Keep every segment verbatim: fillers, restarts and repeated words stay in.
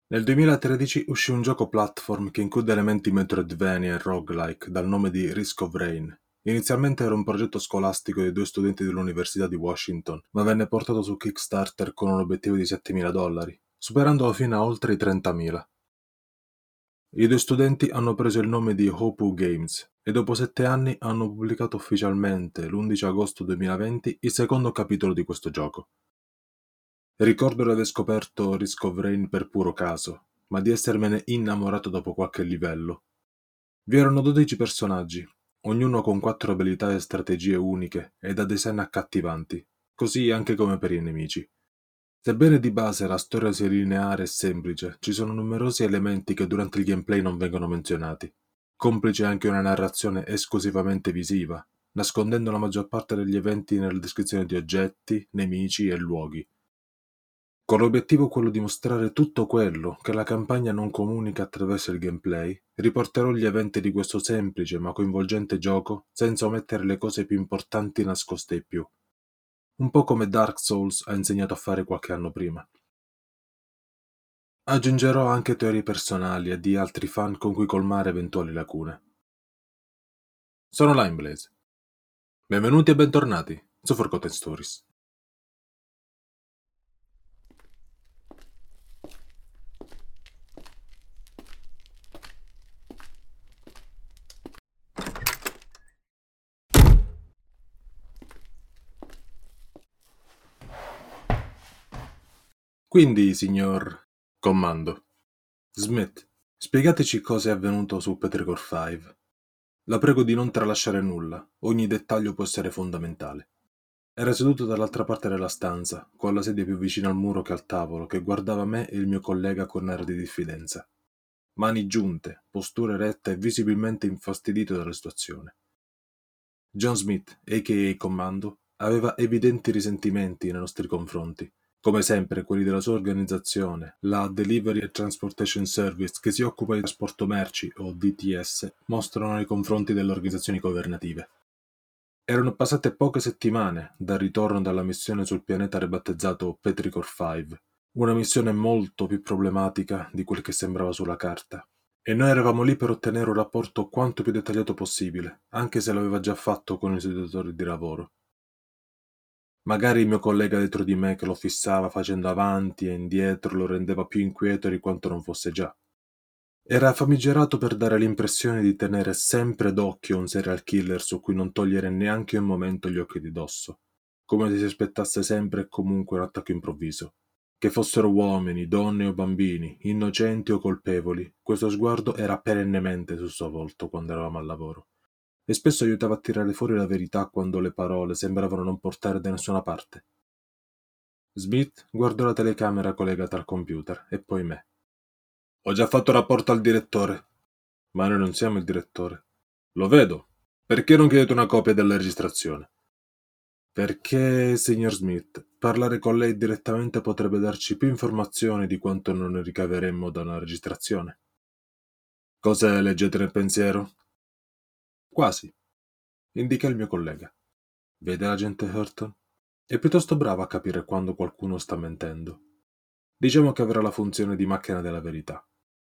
Nel duemilatredici uscì un gioco platform che include elementi Metroidvania e roguelike dal nome di Risk of Rain. Inizialmente era un progetto scolastico di due studenti dell'Università di Washington, ma venne portato su Kickstarter con un obiettivo di settemila dollari, superandolo fino a oltre i trentamila. I due studenti hanno preso il nome di Hopu Games e dopo sette anni hanno pubblicato ufficialmente, l'undici agosto duemilaventi, il secondo capitolo di questo gioco. Ricordo di aver scoperto Risk of Rain per puro caso, ma di essermene innamorato dopo qualche livello. Vi erano dodici personaggi, ognuno con quattro abilità e strategie uniche e da design accattivanti, così anche come per i nemici. Sebbene di base la storia sia lineare e semplice, ci sono numerosi elementi che durante il gameplay non vengono menzionati, complice anche una narrazione esclusivamente visiva, nascondendo la maggior parte degli eventi nella descrizione di oggetti, nemici e luoghi. Con l'obiettivo quello di mostrare tutto quello che la campagna non comunica attraverso il gameplay, riporterò gli eventi di questo semplice ma coinvolgente gioco senza omettere le cose più importanti nascoste ai più. Un po' come Dark Souls ha insegnato a fare qualche anno prima. Aggiungerò anche teorie personali e di altri fan con cui colmare eventuali lacune. Sono Limeblaze. Benvenuti e bentornati su Forgotten Stories. Quindi, signor Comando Smith, spiegateci cosa è avvenuto su Petrichor cinque. La prego di non tralasciare nulla, ogni dettaglio può essere fondamentale. Era seduto dall'altra parte della stanza, con la sedia più vicina al muro che al tavolo, che guardava me e il mio collega con aria di diffidenza. Mani giunte, postura eretta e visibilmente infastidito dalla situazione. John Smith, a k a. Commando, aveva evidenti risentimenti nei nostri confronti. Come sempre, quelli della sua organizzazione, la Delivery and Transportation Service, che si occupa di trasporto merci, o D T S, mostrano nei confronti delle organizzazioni governative. Erano passate poche settimane dal ritorno dalla missione sul pianeta ribattezzato Petrichor cinque, una missione molto più problematica di quel che sembrava sulla carta. E noi eravamo lì per ottenere un rapporto quanto più dettagliato possibile, anche se l'aveva già fatto con i suoi datori di lavoro. Magari il mio collega dietro di me che lo fissava facendo avanti e indietro lo rendeva più inquieto di quanto non fosse già. Era famigerato per dare l'impressione di tenere sempre d'occhio un serial killer su cui non togliere neanche un momento gli occhi di dosso, come se si aspettasse sempre e comunque un attacco improvviso. Che fossero uomini, donne o bambini, innocenti o colpevoli, questo sguardo era perennemente sul suo volto quando eravamo al lavoro, e spesso aiutava a tirare fuori la verità quando le parole sembravano non portare da nessuna parte. Smith guardò la telecamera collegata al computer e poi me. Ho già fatto rapporto al direttore. Ma noi non siamo il direttore. Lo vedo. Perché non chiedete una copia della registrazione? Perché, signor Smith, parlare con lei direttamente potrebbe darci più informazioni di quanto non ne ricaveremmo da una registrazione. Cosa leggete nel pensiero? Quasi, indica il mio collega. Vede l'agente Hurton? È piuttosto bravo a capire quando qualcuno sta mentendo. Diciamo che avrà la funzione di macchina della verità.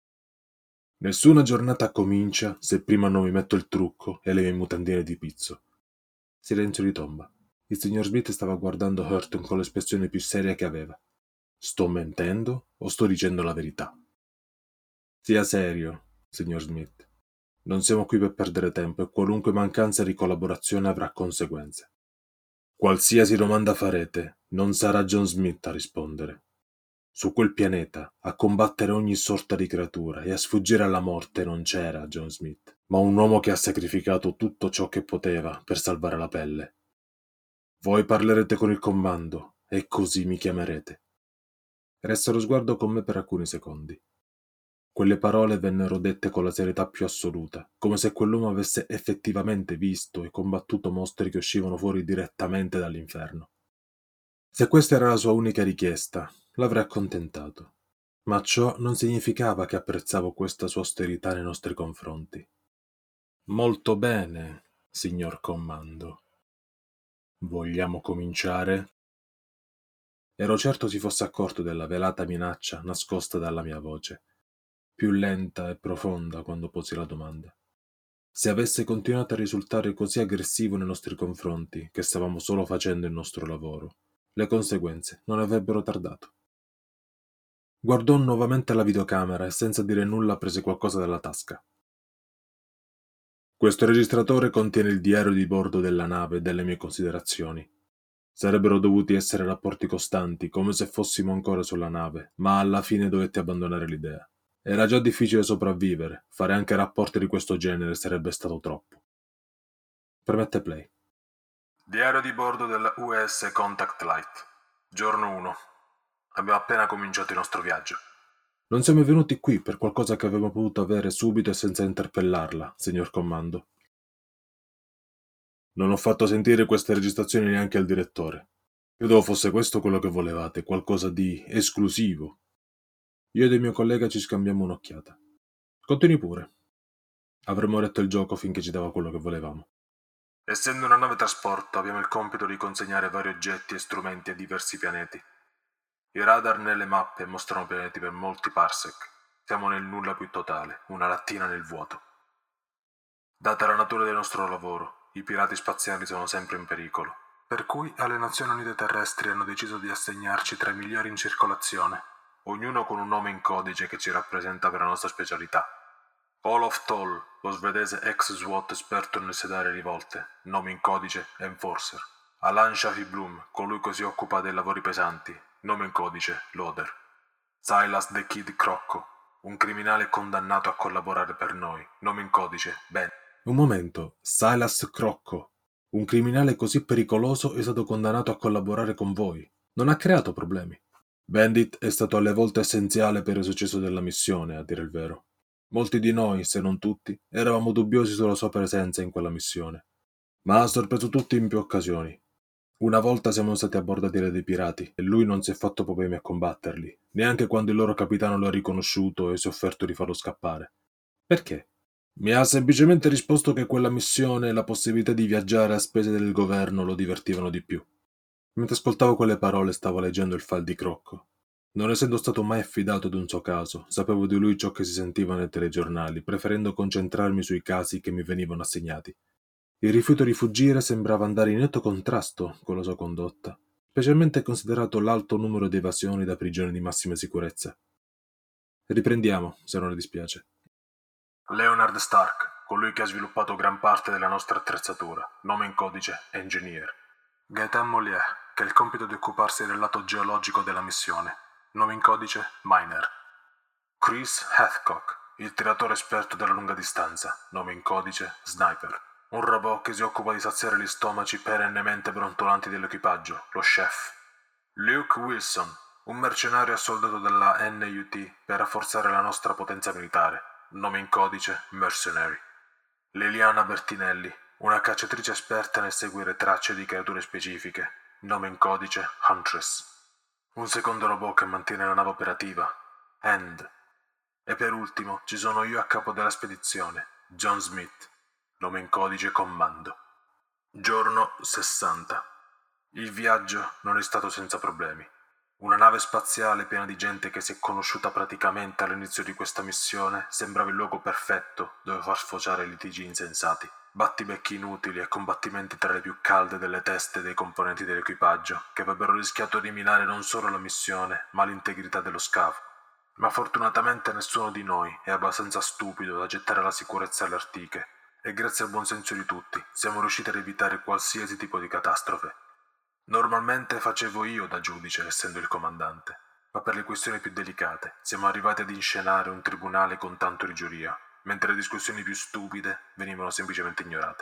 Nessuna giornata comincia se prima non mi metto il trucco e le mie mutandine di pizzo. Silenzio di tomba. Il signor Smith stava guardando Hurton con l'espressione più seria che aveva. Sto mentendo o sto dicendo la verità? Sia serio, signor Smith. Non siamo qui per perdere tempo e qualunque mancanza di collaborazione avrà conseguenze. Qualsiasi domanda farete, non sarà John Smith a rispondere. Su quel pianeta, a combattere ogni sorta di creatura e a sfuggire alla morte non c'era John Smith, ma un uomo che ha sacrificato tutto ciò che poteva per salvare la pelle. Voi parlerete con il comando e così mi chiamerete. Resta lo sguardo con me per alcuni secondi. Quelle parole vennero dette con la serietà più assoluta, come se quell'uomo avesse effettivamente visto e combattuto mostri che uscivano fuori direttamente dall'inferno. Se questa era la sua unica richiesta, l'avrei accontentato. Ma ciò non significava che apprezzavo questa sua austerità nei nostri confronti. Molto bene, signor Comando. Vogliamo cominciare? Ero certo si fosse accorto della velata minaccia nascosta dalla mia voce, più lenta e profonda quando posi la domanda. Se avesse continuato a risultare così aggressivo nei nostri confronti, che stavamo solo facendo il nostro lavoro, le conseguenze non avrebbero tardato. Guardò nuovamente la videocamera e senza dire nulla prese qualcosa dalla tasca. Questo registratore contiene il diario di bordo della nave e delle mie considerazioni. Sarebbero dovuti essere rapporti costanti, come se fossimo ancora sulla nave, ma alla fine dovetti abbandonare l'idea. Era già difficile sopravvivere, fare anche rapporti di questo genere sarebbe stato troppo. Premette play. Diario di bordo della U S Contact Light. Giorno uno. Abbiamo appena cominciato il nostro viaggio. Non siamo venuti qui per qualcosa che avremmo potuto avere subito e senza interpellarla, signor Comando. Non ho fatto sentire queste registrazioni neanche al direttore. Credevo fosse questo quello che volevate, qualcosa di esclusivo. Io ed il mio collega ci scambiamo un'occhiata. Continui pure. Avremmo retto il gioco finché ci dava quello che volevamo. Essendo una nave trasporto, abbiamo il compito di consegnare vari oggetti e strumenti a diversi pianeti. I radar nelle mappe mostrano pianeti per molti parsec. Siamo nel nulla più totale, una lattina nel vuoto. Data la natura del nostro lavoro, i pirati spaziali sono sempre in pericolo. Per cui alle Nazioni Unite terrestri hanno deciso di assegnarci tra i migliori in circolazione, ognuno con un nome in codice che ci rappresenta per la nostra specialità. Olof Toll, lo svedese ex SWAT esperto nel sedare rivolte, nome in codice Enforcer. Alan Shafi Bloom, colui che si occupa dei lavori pesanti, nome in codice Loader. Silas the Kid Crocco, un criminale condannato a collaborare per noi, nome in codice Ben. Un momento, Silas Crocco, un criminale così pericoloso è stato condannato a collaborare con voi. Non ha creato problemi. Bandit è stato alle volte essenziale per il successo della missione, a dire il vero. Molti di noi, se non tutti, eravamo dubbiosi sulla sua presenza in quella missione. Ma ha sorpreso tutti in più occasioni. Una volta siamo stati abbordati dai pirati e lui non si è fatto problemi a combatterli, neanche quando il loro capitano lo ha riconosciuto e si è offerto di farlo scappare. Perché? Mi ha semplicemente risposto che quella missione e la possibilità di viaggiare a spese del governo lo divertivano di più. Mentre ascoltavo quelle parole stavo leggendo il file di Crocco. Non essendo stato mai affidato ad un suo caso, sapevo di lui ciò che si sentiva nei telegiornali, preferendo concentrarmi sui casi che mi venivano assegnati. Il rifiuto di fuggire sembrava andare in netto contrasto con la sua condotta, specialmente considerato l'alto numero di evasioni da prigione di massima sicurezza. Riprendiamo, se non le dispiace. Leonard Stark, colui che ha sviluppato gran parte della nostra attrezzatura, nome in codice Engineer. Gaetan Mollier, che ha il compito di occuparsi del lato geologico della missione, nome in codice Miner. Chris Hathcock, il tiratore esperto della lunga distanza, nome in codice Sniper. Un robot che si occupa di saziare gli stomaci perennemente brontolanti dell'equipaggio, lo chef. Luke Wilson, un mercenario assoldato della N U T per rafforzare la nostra potenza militare, nome in codice Mercenary. Liliana Bertinelli, una cacciatrice esperta nel seguire tracce di creature specifiche, nome in codice Huntress. Un secondo robot che mantiene la nave operativa, Hand. E per ultimo ci sono io a capo della spedizione, John Smith, nome in codice Commando. Giorno sessanta. Il viaggio non è stato senza problemi. Una nave spaziale piena di gente che si è conosciuta praticamente all'inizio di questa missione sembrava il luogo perfetto dove far sfociare litigi insensati, battibecchi inutili e combattimenti tra le più calde delle teste dei componenti dell'equipaggio che avrebbero rischiato di minare non solo la missione ma l'integrità dello scafo. Ma fortunatamente nessuno di noi è abbastanza stupido da gettare la sicurezza alle ortiche e grazie al buon senso di tutti siamo riusciti ad evitare qualsiasi tipo di catastrofe. Normalmente facevo io da giudice essendo il comandante, ma per le questioni più delicate siamo arrivati ad inscenare un tribunale con tanto di giuria, mentre le discussioni più stupide venivano semplicemente ignorate.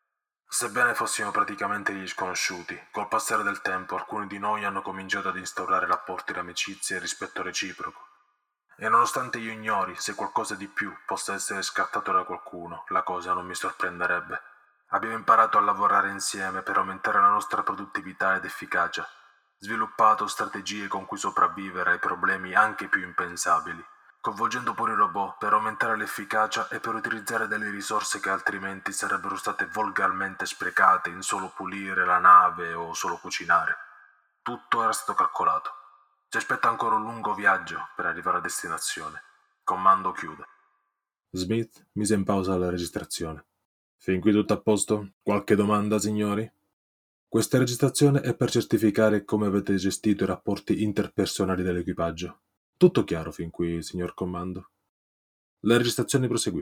Sebbene fossimo praticamente degli sconosciuti, col passare del tempo alcuni di noi hanno cominciato ad instaurare rapporti di amicizia e rispetto reciproco. E nonostante io ignori se qualcosa di più possa essere scattato da qualcuno, la cosa non mi sorprenderebbe. Abbiamo imparato a lavorare insieme per aumentare la nostra produttività ed efficacia, sviluppato strategie con cui sopravvivere ai problemi anche più impensabili, coinvolgendo pure i robot per aumentare l'efficacia e per utilizzare delle risorse che altrimenti sarebbero state volgarmente sprecate in solo pulire la nave o solo cucinare. Tutto era stato calcolato. Ci aspetta ancora un lungo viaggio per arrivare a destinazione. Comando chiude. Smith mise in pausa la registrazione. Fin qui tutto a posto? Qualche domanda, signori? Questa registrazione è per certificare come avete gestito i rapporti interpersonali dell'equipaggio. Tutto chiaro fin qui, signor comando. La registrazione proseguì.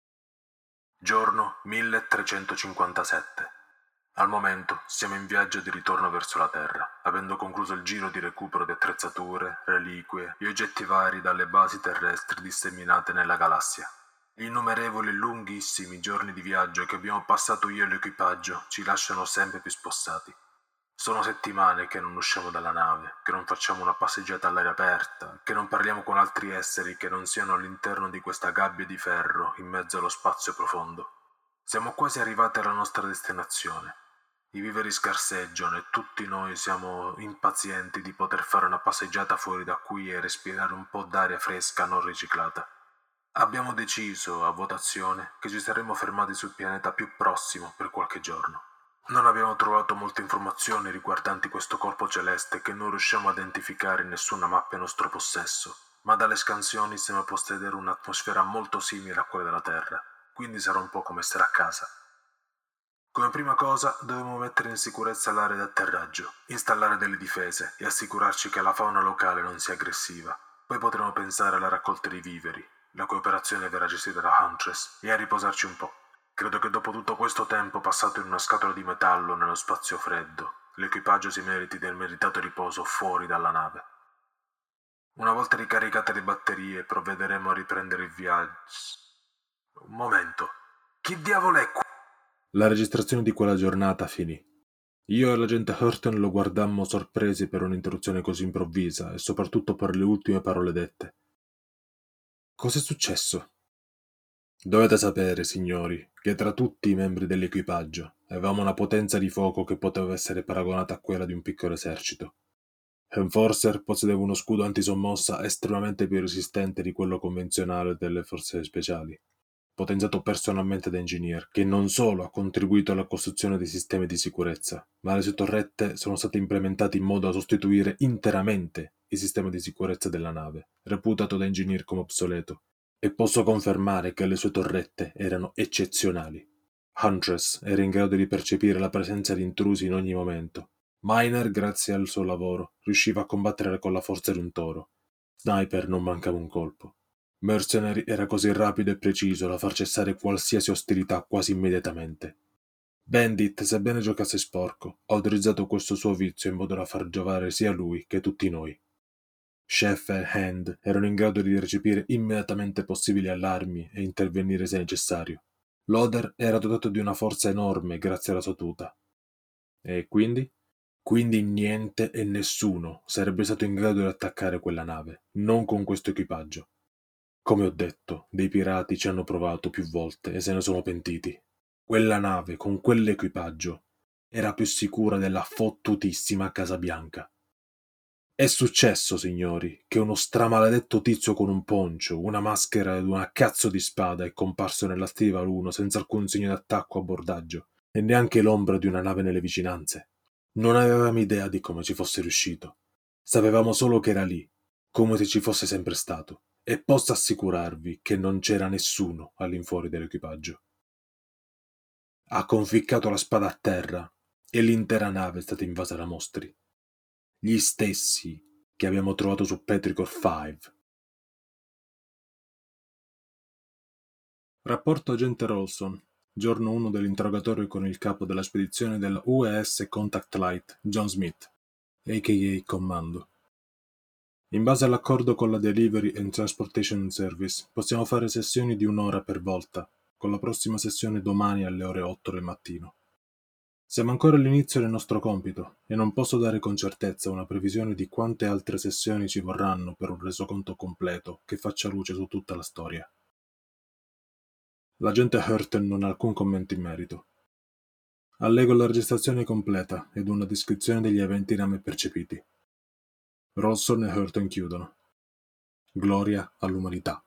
Giorno milletrecentocinquantasette. Al momento siamo in viaggio di ritorno verso la Terra, avendo concluso il giro di recupero di attrezzature, reliquie e oggetti vari dalle basi terrestri disseminate nella galassia. Gli innumerevoli e lunghissimi giorni di viaggio che abbiamo passato io e l'equipaggio ci lasciano sempre più spossati. Sono settimane che non usciamo dalla nave, che non facciamo una passeggiata all'aria aperta, che non parliamo con altri esseri che non siano all'interno di questa gabbia di ferro in mezzo allo spazio profondo. Siamo quasi arrivati alla nostra destinazione. I viveri scarseggiano e tutti noi siamo impazienti di poter fare una passeggiata fuori da qui e respirare un po' d'aria fresca non riciclata. Abbiamo deciso, a votazione, che ci saremmo fermati sul pianeta più prossimo per qualche giorno. Non abbiamo trovato molte informazioni riguardanti questo corpo celeste che non riusciamo a identificare in nessuna mappa in nostro possesso, ma dalle scansioni sembra possedere un'atmosfera molto simile a quella della Terra, quindi sarà un po' come stare a casa. Come prima cosa dovevamo mettere in sicurezza l'area di atterraggio, installare delle difese e assicurarci che la fauna locale non sia aggressiva. Poi potremo pensare alla raccolta di viveri, la cui operazione verrà gestita da Huntress, e a riposarci un po'. Credo che dopo tutto questo tempo passato in una scatola di metallo nello spazio freddo, l'equipaggio si meriti del meritato riposo fuori dalla nave. Una volta ricaricate le batterie, provvederemo a riprendere il viaggio. Un momento. Chi diavolo è qua? La registrazione di quella giornata finì. Io e l'agente Hurton lo guardammo sorpresi per un'interruzione così improvvisa e soprattutto per le ultime parole dette. Cos'è successo? Dovete sapere, signori, che tra tutti i membri dell'equipaggio avevamo una potenza di fuoco che poteva essere paragonata a quella di un piccolo esercito. Enforcer possedeva uno scudo antisommossa estremamente più resistente di quello convenzionale delle forze speciali, potenziato personalmente da Engineer, che non solo ha contribuito alla costruzione dei sistemi di sicurezza, ma le sue torrette sono state implementate in modo da sostituire interamente il sistema di sicurezza della nave, reputato da Engineer come obsoleto. E posso confermare che le sue torrette erano eccezionali. Huntress era in grado di percepire la presenza di intrusi in ogni momento. Miner, grazie al suo lavoro, riusciva a combattere con la forza di un toro. Sniper non mancava un colpo. Mercenary era così rapido e preciso da far cessare qualsiasi ostilità quasi immediatamente. Bandit, sebbene giocasse sporco, ha utilizzato questo suo vizio in modo da far giovare sia lui che tutti noi. Chef e Hand erano in grado di recepire immediatamente possibili allarmi e intervenire se necessario. Loader era dotato di una forza enorme grazie alla sua tuta. E quindi? Quindi niente e nessuno sarebbe stato in grado di attaccare quella nave, non con questo equipaggio. Come ho detto, dei pirati ci hanno provato più volte e se ne sono pentiti. Quella nave, con quell'equipaggio, era più sicura della fottutissima Casa Bianca. È successo, signori, che uno stramaledetto tizio con un poncio, una maschera ed una cazzo di spada è comparso nella stiva l'uno senza alcun segno d'attacco o abbordaggio, e neanche l'ombra di una nave nelle vicinanze. Non avevamo idea di come ci fosse riuscito. Sapevamo solo che era lì, come se ci fosse sempre stato, e posso assicurarvi che non c'era nessuno all'infuori dell'equipaggio. Ha conficcato la spada a terra e l'intera nave è stata invasa da mostri. Gli stessi che abbiamo trovato su Petrichor cinque. Rapporto agente Rolson, giorno uno dell'interrogatorio con il capo della spedizione della U E S Contact Light, John Smith, a k a. Commando. In base all'accordo con la Delivery and Transportation Service, possiamo fare sessioni di un'ora per volta, con la prossima sessione domani alle ore otto del mattino. Siamo ancora all'inizio del nostro compito e non posso dare con certezza una previsione di quante altre sessioni ci vorranno per un resoconto completo che faccia luce su tutta la storia. L'agente Hurton non ha alcun commento in merito. Allego la registrazione completa ed una descrizione degli eventi da me percepiti. Rolson e Hurton chiudono. Gloria all'umanità.